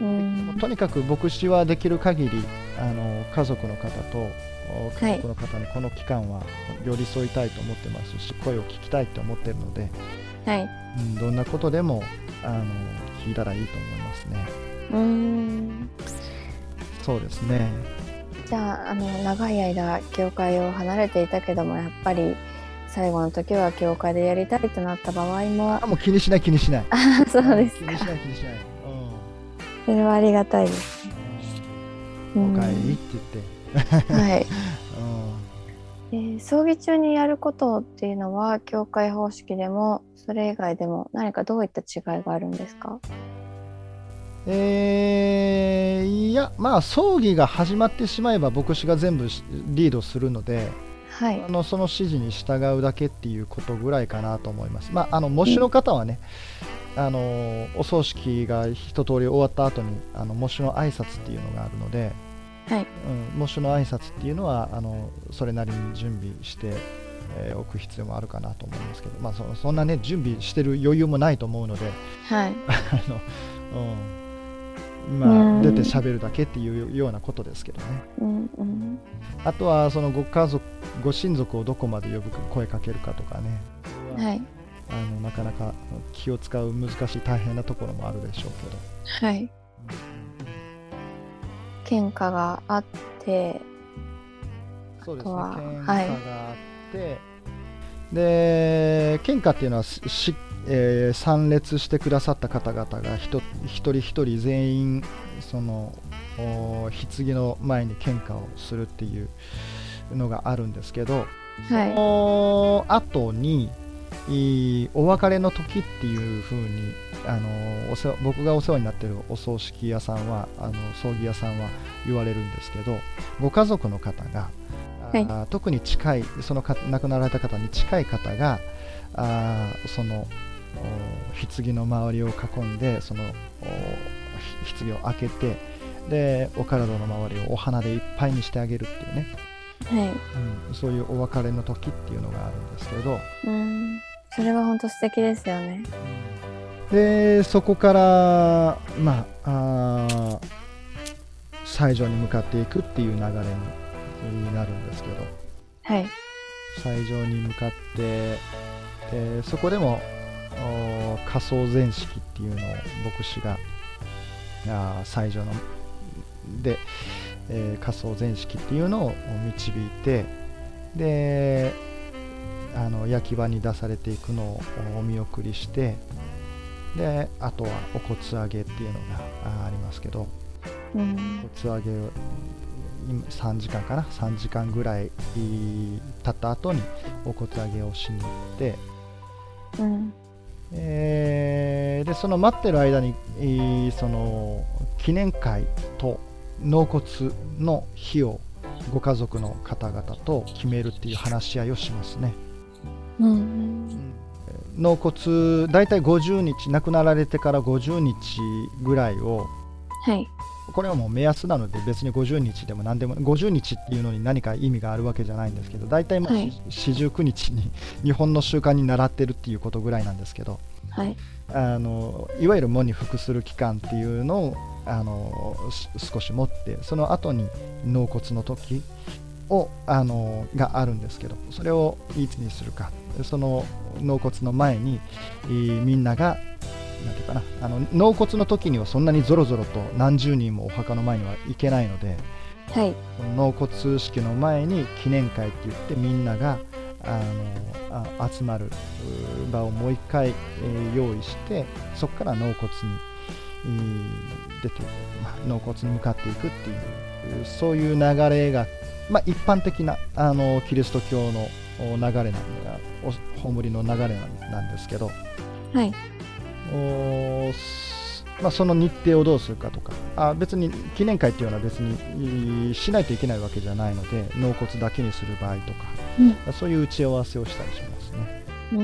とにかく牧師はできる限りあの家族の方と家族の方にこの期間は寄り添いたいと思ってますし、声を聞きたいと思っているので、はい、うん、どんなことでもあの聞いたらいいと思いますね。うーん、そうですね。 じゃあ、あの長い間教会を離れていたけども、やっぱり最後の時は教会でやりたいとなった場合も、 あ、もう気にしない気にしない。 あ、そうですか。 気にしない気にしない。うん、 それはありがたいです。 うん、お帰りって言って。はい。 うん、えー、葬儀中にやることっていうのは教会方式でもそれ以外でも何かどういった違いがあるんですか？ えー、いや、まあ葬儀が始まってしまえば牧師が全部リードするので、はい、あのその指示に従うだけっていうことぐらいかなと思います。まあ、あの喪主の方はね、うん、あのお葬式が一通り終わった後にあの喪主の挨拶っていうのがあるので、はい、うん、喪主の挨拶っていうのはあのそれなりに準備してえー、おく必要もあるかなと思いますけど、まあ、そ, そんなね準備してる余裕もないと思うので、はい、あの、うん、まあ、出て喋るだけっていうようなことですけどね、うんうん、あとはそのご家族ご親族をどこまで呼ぶか声かけるかとかね、はい、あのなかなか気を使う難しい大変なところもあるでしょうけど、はい、うん、 献花があって、 そうですね、献花があって、はい、で献花っていうのはし、えー、参列してくださった方々が一人一人全員その棺の前に献花をするっていうのがあるんですけど、はい、その後にお別れの時っていう風にあのお世話僕がお世話になっているお葬式屋さんはあの葬儀屋さんは言われるんですけど、ご家族の方がはい、あ特に近いそのか亡くなられた方に近い方があその棺の周りを囲んでその棺を開けてでお体の周りをお花でいっぱいにしてあげるっていうね、はい、うん、そういうお別れの時っていうのがあるんですけど、 うん、それは本当素敵ですよね。 でそこからまあ、あ斎場に向かっていくっていう流れにになるんですけど、はい、斎場に向かって、えー、そこでも火葬前式っていうのを牧師が斎場ので、えー、火葬前式っていうのを導いて、であの焼き場に出されていくのをお見送りして、であとはお骨上げっていうのがありますけど、うん、骨上げをさんじかんかなさんじかんぐらい経った後にお骨上げをしに行って、うん、えー、でその待ってる間にその記念会と納骨の日をご家族の方々と決めるっていう話し合いをしますね、うんうん、納骨だいたいごじゅうにち亡くなられてからごじゅうにちぐらいを、はい、これはもう目安なので別にごじゅうにちでも何でもごじゅうにちっていうのに何か意味があるわけじゃないんですけど、だいたいまあよんじゅうくにちに日本の習慣に習ってるっていうことぐらいなんですけど、はい、あのいわゆる喪に服する期間っていうのをあの少し持って、その後に納骨の時をあのがあるんですけど、それをいつにするか、その納骨の前にみんながなんていうかな、あの納骨の時にはそんなにぞろぞろと何十人もお墓の前には行けないので、はい、納骨式の前に記念会って言ってみんながあのあ集まる場をもう一回、えー、用意して、そこから納骨に、えー、出て、まあ、納骨に向かっていくっていう、そういう流れが、まあ、一般的なあのキリスト教の流れなんで、葬りの流れなんですけど、 はい、 おまあ、その日程をどうするかとか、あ別に記念会っていうのは別にしないといけないわけじゃないので、納骨だけにする場合とか、うん、そういう打ち合わせをしたりしますね。うん、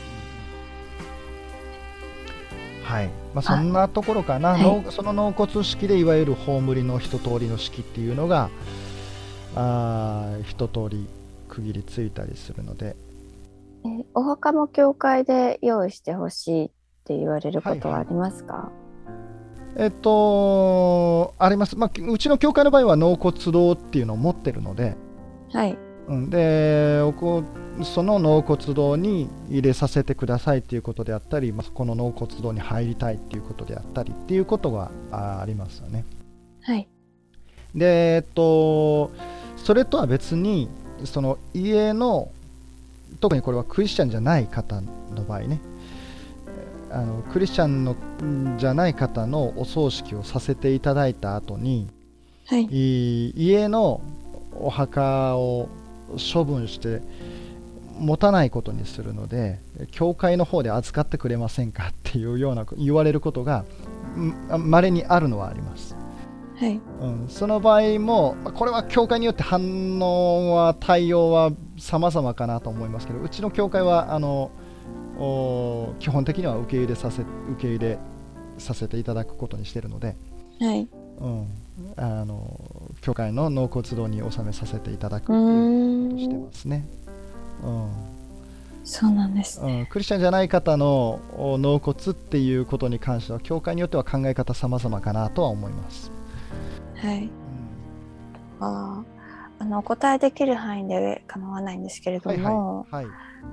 はいまあ、そんなところかな。はい、その納骨式でいわゆる葬りの一通りの式っていうのがあ一通り区切りついたりするので、 えー、お墓も教会で用意してほしいって言われることはありますか？はいはい、 えっとあります、まあ、うちの教会の場合は納骨堂っていうのを持ってるので、 はいうん、でその納骨堂に入れさせてくださいっていうことであったり、まあ、この納骨堂に入りたいっていうことであったりっていうことが あ, ありますよね。 はい。 でえっとそれとは別に、その家の特にこれはクリスチャンじゃない方の場合ね、あのクリスチャンのじゃない方のお葬式をさせていただいた後に、はい、家のお墓を処分して持たないことにするので、教会の方で預かってくれませんかっていうような言われることが稀にあるのはあります。はいうん、その場合もこれは教会によって反応は対応は様々かなと思いますけど、うちの教会はあの基本的には受け入れさせ受け入れさせていただくことにしているので、はいうん、あの教会の納骨堂に納めさせていただくということをしてますね。うん、 そうなんですね、 うん、クリスチャンじゃない方の納骨っていうことに関しては教会によっては考え方様々かなとは思います。 はい、うん、ああのお答えできる範囲で構わないんですけれども、はいはいはい、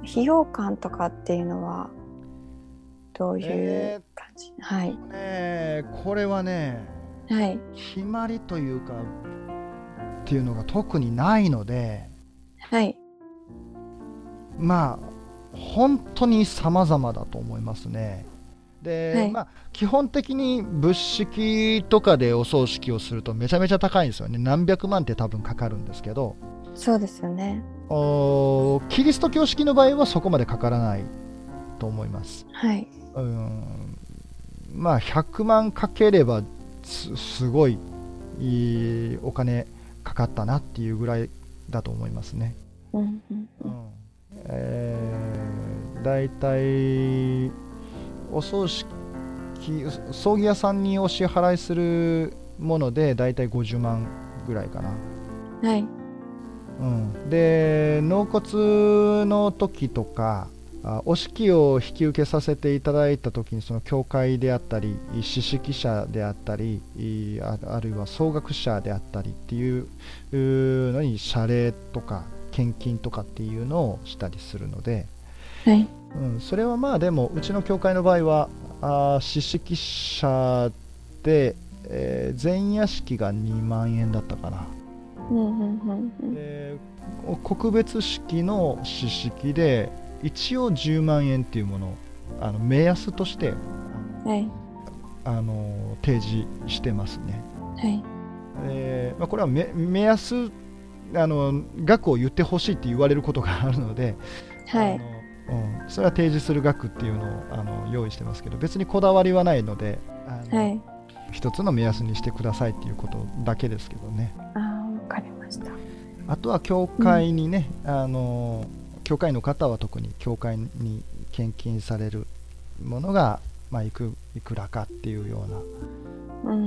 費用感とかっていうのはどういう感じ、 えーはいね、これはね、はい、決まりというかっていうのが特にないので、はい、まあ本当に様々だと思いますね。で、はいまあ、基本的に仏式とかでお葬式をするとめちゃめちゃ高いんですよね。何百万って多分かかるんですけど、 そうですよね。 おキリスト教式の場合はそこまでかからないと思います。 はい、 うんまあひゃくまんかければ す, すごいいいお金かかったなっていうぐらいだと思いますね。うんうんうんえー、だいたいお葬式葬儀屋さんにお支払いするものでだいたいごじゅうまんぐらいかな。はい、うん、で納骨の時とかお式を引き受けさせていただいた時に、その教会であったり司式者であったり あ, あるいは総額者であったりっていうのに謝礼とか献金とかっていうのをしたりするので、はいうん、それはまあでもうちの教会の場合はあ司式者で、えー、前夜式がにまんえんだったかな。うんうんうんうん、で告別式の司式で一応じゅうまんえんっていうものをあの目安として、はい、あの提示してますね。はいえーまあ、これは 目, 目安あの額を言ってほしいって言われることがあるので、はい、あのうん、それは提示する額っていうのをあの用意してますけど、別にこだわりはないので、あの、はい、一つの目安にしてくださいっていうことだけですけどね。 あ、わかりました。 あとは教会にね、うん、あの教会の方は特に教会に献金されるものが、まあ、いく、いくらかっていうような、うん、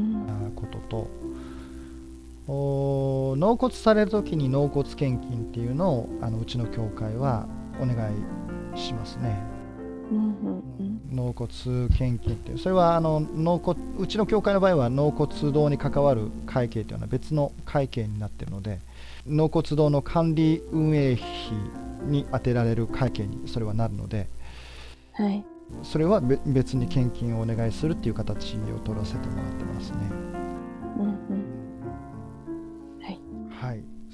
ことと、お納骨される時に納骨献金っていうのをあのうちの教会はお願いしますね。うんうんうん、納骨献金っていう、それはあの納骨うちの教会の場合は納骨堂に関わる会計というのは別の会計になっているので、納骨堂の管理運営費に充てられる会計にそれはなるので、はい、それは別に献金をお願いするっていう形を取らせてもらってますね。うんうんはい、はい、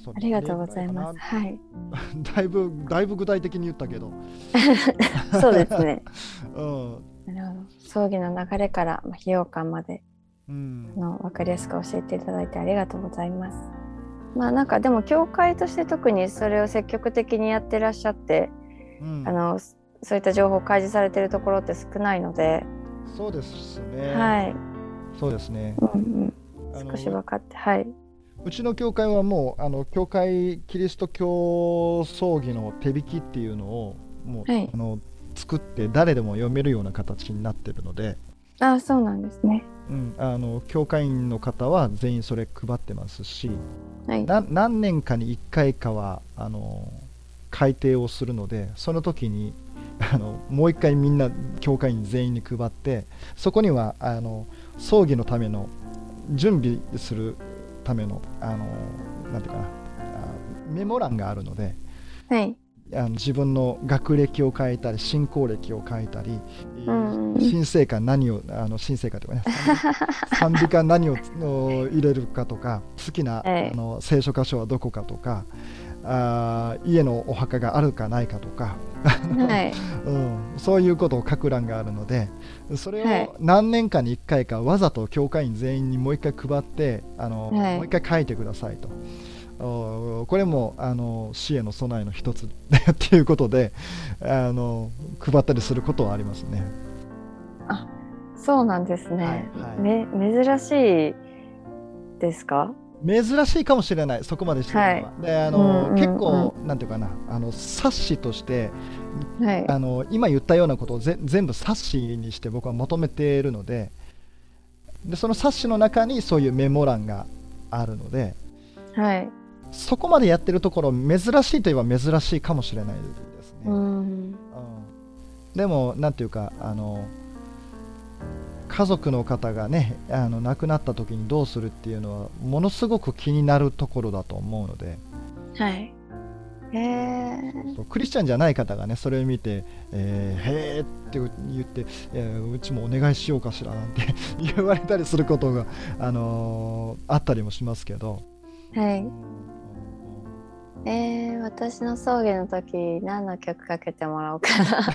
そう、 ありがとうご例ぐらいかな。 ざいます。はい。 だいぶだいぶ具体的に言ったけど、 そうですね。 うん、 なるほど。葬儀の流れからまあ費用感までうん、 あの分かりやすく教えていただいてありがとうございます。まあなんかでも教会として特にそれを積極的にやってらっしゃって、 うん、 あのそういった情報を開示されているところって少ないので、 そうですね。 はい。 そうですね。 うんうん、 あの少し分かって、はい。 うちの教会はもうあの教会キリスト教葬儀の手引きっていうのをもうはい。 あの作って誰でも読めるような形になってるので、 ああ、そうなんですね。 うん、あの教会員の方は全員それ配ってますし、 はい。 な何年かにいっかいかはあの改訂をするので、その時にあのもう一回みんな教会員全員に配って、そこにはあの葬儀のための準備するためのあのなんていうかな、あメモ欄があるので、 はい。 あの自分の学歴を書いたり信仰歴を書いたり、えうんうん。 ー神聖歌何をあの神聖歌とかね、賛美賛美歌何をの入れるかとか、好きなはい。 あの聖書箇所はどこかとか、あ家のお墓があるかないかとか、 はい。 うん、そういうことを書く欄があるので、それはい。 を何年かにいっかいかわざと教会員全員にもう一回配って、あのはい。 もう一回書いてくださいと。おこれもあの死への備えの一つっていうことであの配ったりすることはありますね。 あ、そうなんですはいね。 はめ、珍しいですか？ い、珍しいかもしれない、そこまでしてるはい。 のは。であうんうの結んう構なんていうかな、あの冊子としてん。はい。 あの今言ったようなことをぜ全部冊子にして僕は求めているので、でその冊子の中にそういうメモ欄があるので、 はい。 そこまでやってるところ珍しいといえば珍しいかもしれないですね。 うん。 うん、でもなんていうか、あの家族の方がねあの亡くなった時にどうするっていうのはものすごく気になるところだと思うので、 はい。へえ。 そうクリスチャンじゃない方がねそれを見て、えー、へーって言って、えーうちもお願いしようかしらなんて言われたりすることが、あのーあったりもしますけど、 はい。 うんうんえー、私の葬儀の時何の曲かけてもらおうか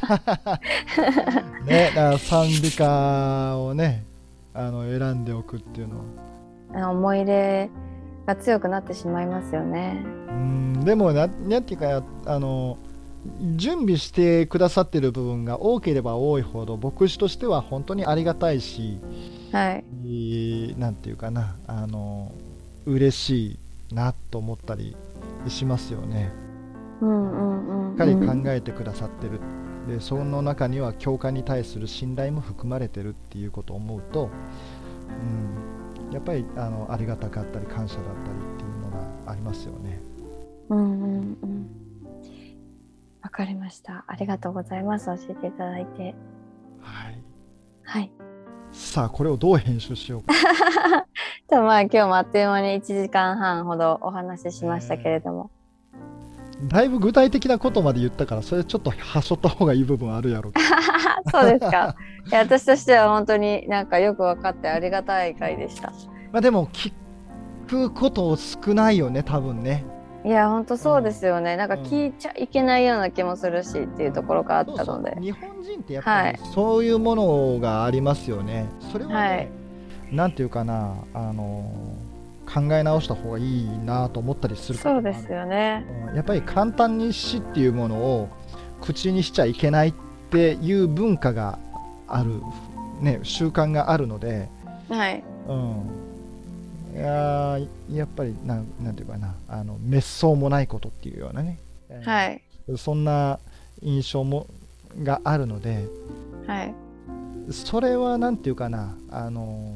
ね、だから賛美歌をねあの選んでおくっていうのは、 な。思い入れが強くなってしまいますよね。 うんでもな、なんていうかあの準備してくださっている部分が多ければ多いほど牧師としては本当にありがたいし、 はい。 いいなんていうかな、あの嬉しいなと思ったりしますよね。 うんうんしっかり考うんうん。 えてくださってる、でその中には教会に対する信頼も含まれてるっていうことを思うと、うん、やっぱりあのありがたかったり感謝だったりっていうのがありますよね。 うんうんうん。わかりました。ありがとうございます。教えていただいて。 はい、 はい。 さあこれをどう編集しようか、 でもまあ今日もあっという間にいちじかんはんほどお話ししましたけれえども。 ーだいぶ具体的なことまで言ったからそれちょっとはしょった方がいい部分あるやろうけそうですか。いや、私としては本当になんかよく分かってありがたい回でした。 まあでも聞くこと少ないよね多分ね。 いや、本当そうでうんすよね。なんかうん聞いちゃいけないような気もするしっていうところがあっそうたので。 そう、日本人ってやっぱりはい。 そういうものがありますよね。それははい。 ね、なんていうかな、あの考え直した方がいいなと思ったりするこそうですともある。 よね。 うんやっぱり簡単に死っていうものを口にしちゃいけないっていう文化がある、ね、習慣があるので、 はい。 うん、いやーやっぱりなん、なんていうかな、あの滅相もないことっていうようなね、えはい。 ーそんな印象もがあるので、 はい。 それはなんていうかな、あの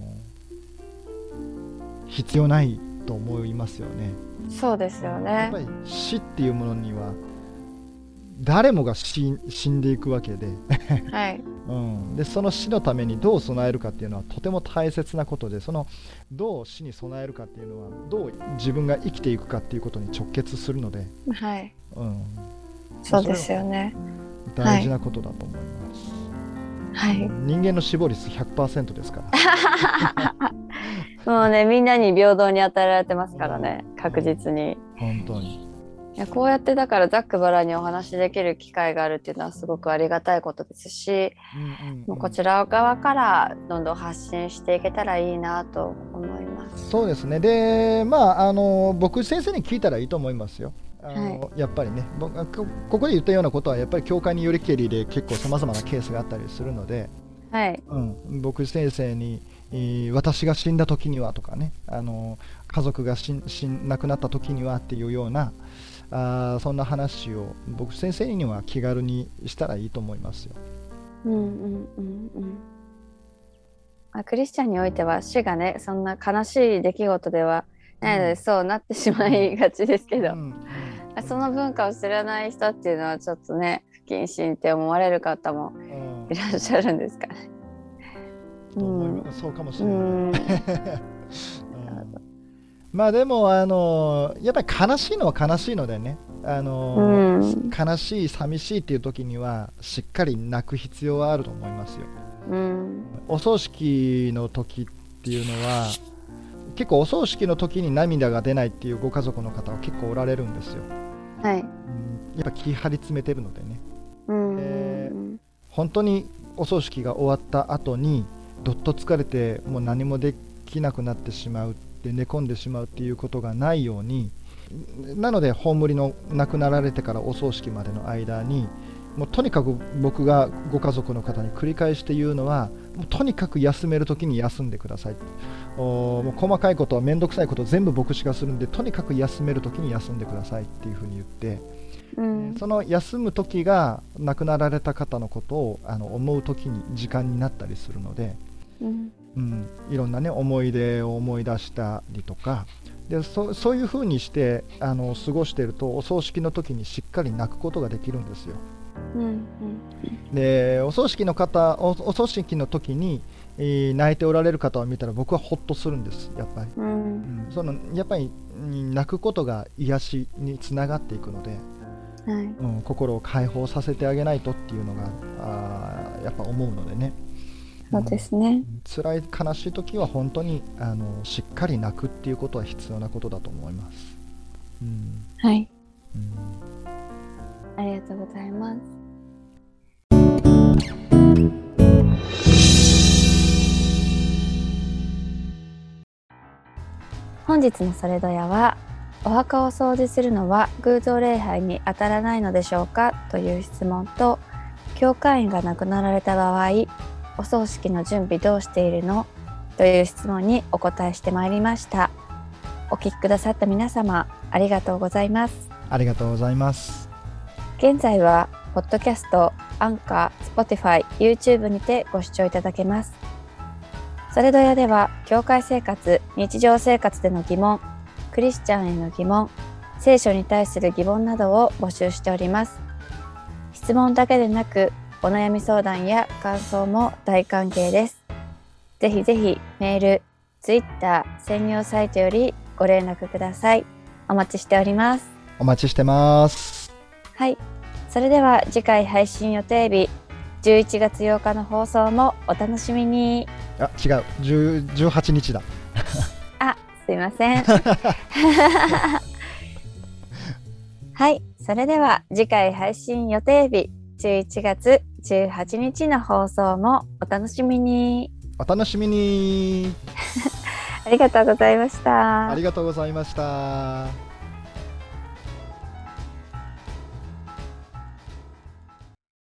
必要ないと思いますよね。 そうですよね。 やっぱり死っていうものには誰もが死死んでいくわけで、 はい。 うん、でその死のためにどう備えるかっていうのはとても大切なことで、そのどう死に備えるかっていうのはどう自分が生きていくかっていうことに直結するので、 はい。 うん、 そうですよね。 大事なことだと思います、 はい。 人間の死亡率ひゃくパーセントですからもうね、みんなに平等に与えられてますからね、確実に。 本当に。 いや、こうやってだからざっくばらんにお話しできる機会があるっていうのはすごくありがたいことですし、 うんうんうん、 もうこちら側からどんどん発信していけたらいいなと思います。 そうですね。で、まあ、あの僕先生に聞いたらいいと思いますよ。あの、はい、やっぱりね、僕がこここで言ったようなことはやっぱり教会によりけりで結構さまざまなケースがあったりするので、 はい、 うん、僕先生に、えー、私が死んだ時にはとかね、あの家族が死ん亡くなった時にはっていうようなあそんな話を僕先生には気軽にしたらいいと思いますよ。 うんうんうんうん。あ、クリスチャンにおいては主がね、そんな悲しい出来事ではないので、うん、そうなってしまいがちですけど、うんうん、その文化を知らない人っていうのはちょっとね、不謹慎って思われる方もいらっしゃるんですかね。 うん、そうかもしれない。うんまあでもあのやっぱり悲しいのは悲しいのでね、あの、うん、悲しい寂しいっていう時にはしっかり泣く必要はあると思いますよ。うん、お葬式の時っていうのは結構お葬式の時に涙が出ないっていうご家族の方は結構おられるんですよ。 はい、うん、 やっぱ気張り詰めてるのでね、うんえー、本当にお葬式が終わった後にどっと疲れてもう何もできなくなってしまうで寝込んでしまうっていうことがないように、なので葬りの亡くなられてからお葬式までの間にもうとにかく僕がご家族の方に繰り返して言うのは、もうとにかく休めるときに休んでください。おもう細かいことは面倒くさいこと全部牧師がするんで、とにかく休めるときに休んでくださいっていうふうに言って、うん、その休むときが亡くなられた方のことをあの思うときに時間になったりするので、うんうん、いろんな、ね、思い出を思い出したりとかで そ, そういうふうにしてあの過ごしているとお葬式の時にしっかり泣くことができるんですよ。うんうん、でお葬式の方 お, お葬式の時に、えー、泣いておられる方を見たら僕はホッとするんですやっぱり、うんうん、そのやっぱり泣くことが癒しにつながっていくので、はいうん、心を解放させてあげないとっていうのがあやっぱ思うのでね。 そうですね、うん、 辛い悲しい時は本当にあのしっかり泣くっていうことは必要なことだと思います、うん、 はい、うん、ありがとうございます。本日のそれどやは、お墓を掃除するのは偶像礼拝に当たらないのでしょうかという質問と、教会員が亡くなられた場合お葬式の準備どうしているのという質問にお答えしてまいりました。お聞きくださった皆様ありがとうございます。 ありがとうございます。 現在はポッドキャスト、アンカー、Spotify、YouTube にてご視聴いただけます。それどやでは教会生活、日常生活での疑問、クリスチャンへの疑問、聖書に対する疑問などを募集しております。質問だけでなくお悩み相談や感想も大歓迎です。ぜひぜひメール、ツイッター専用サイトよりご連絡ください。お待ちしております。 お待ちしてます。 はい。それでは次回配信予定日じゅういちがつようかの放送もお楽しみに。 あ、違う。じゅうはちにちだ。 あ、すいません。はい。それでは次回配信予定日じゅういちがつじゅうはちにちの放送もお楽しみに。 お楽しみに。 ありがとうございました。 ありがとうございました。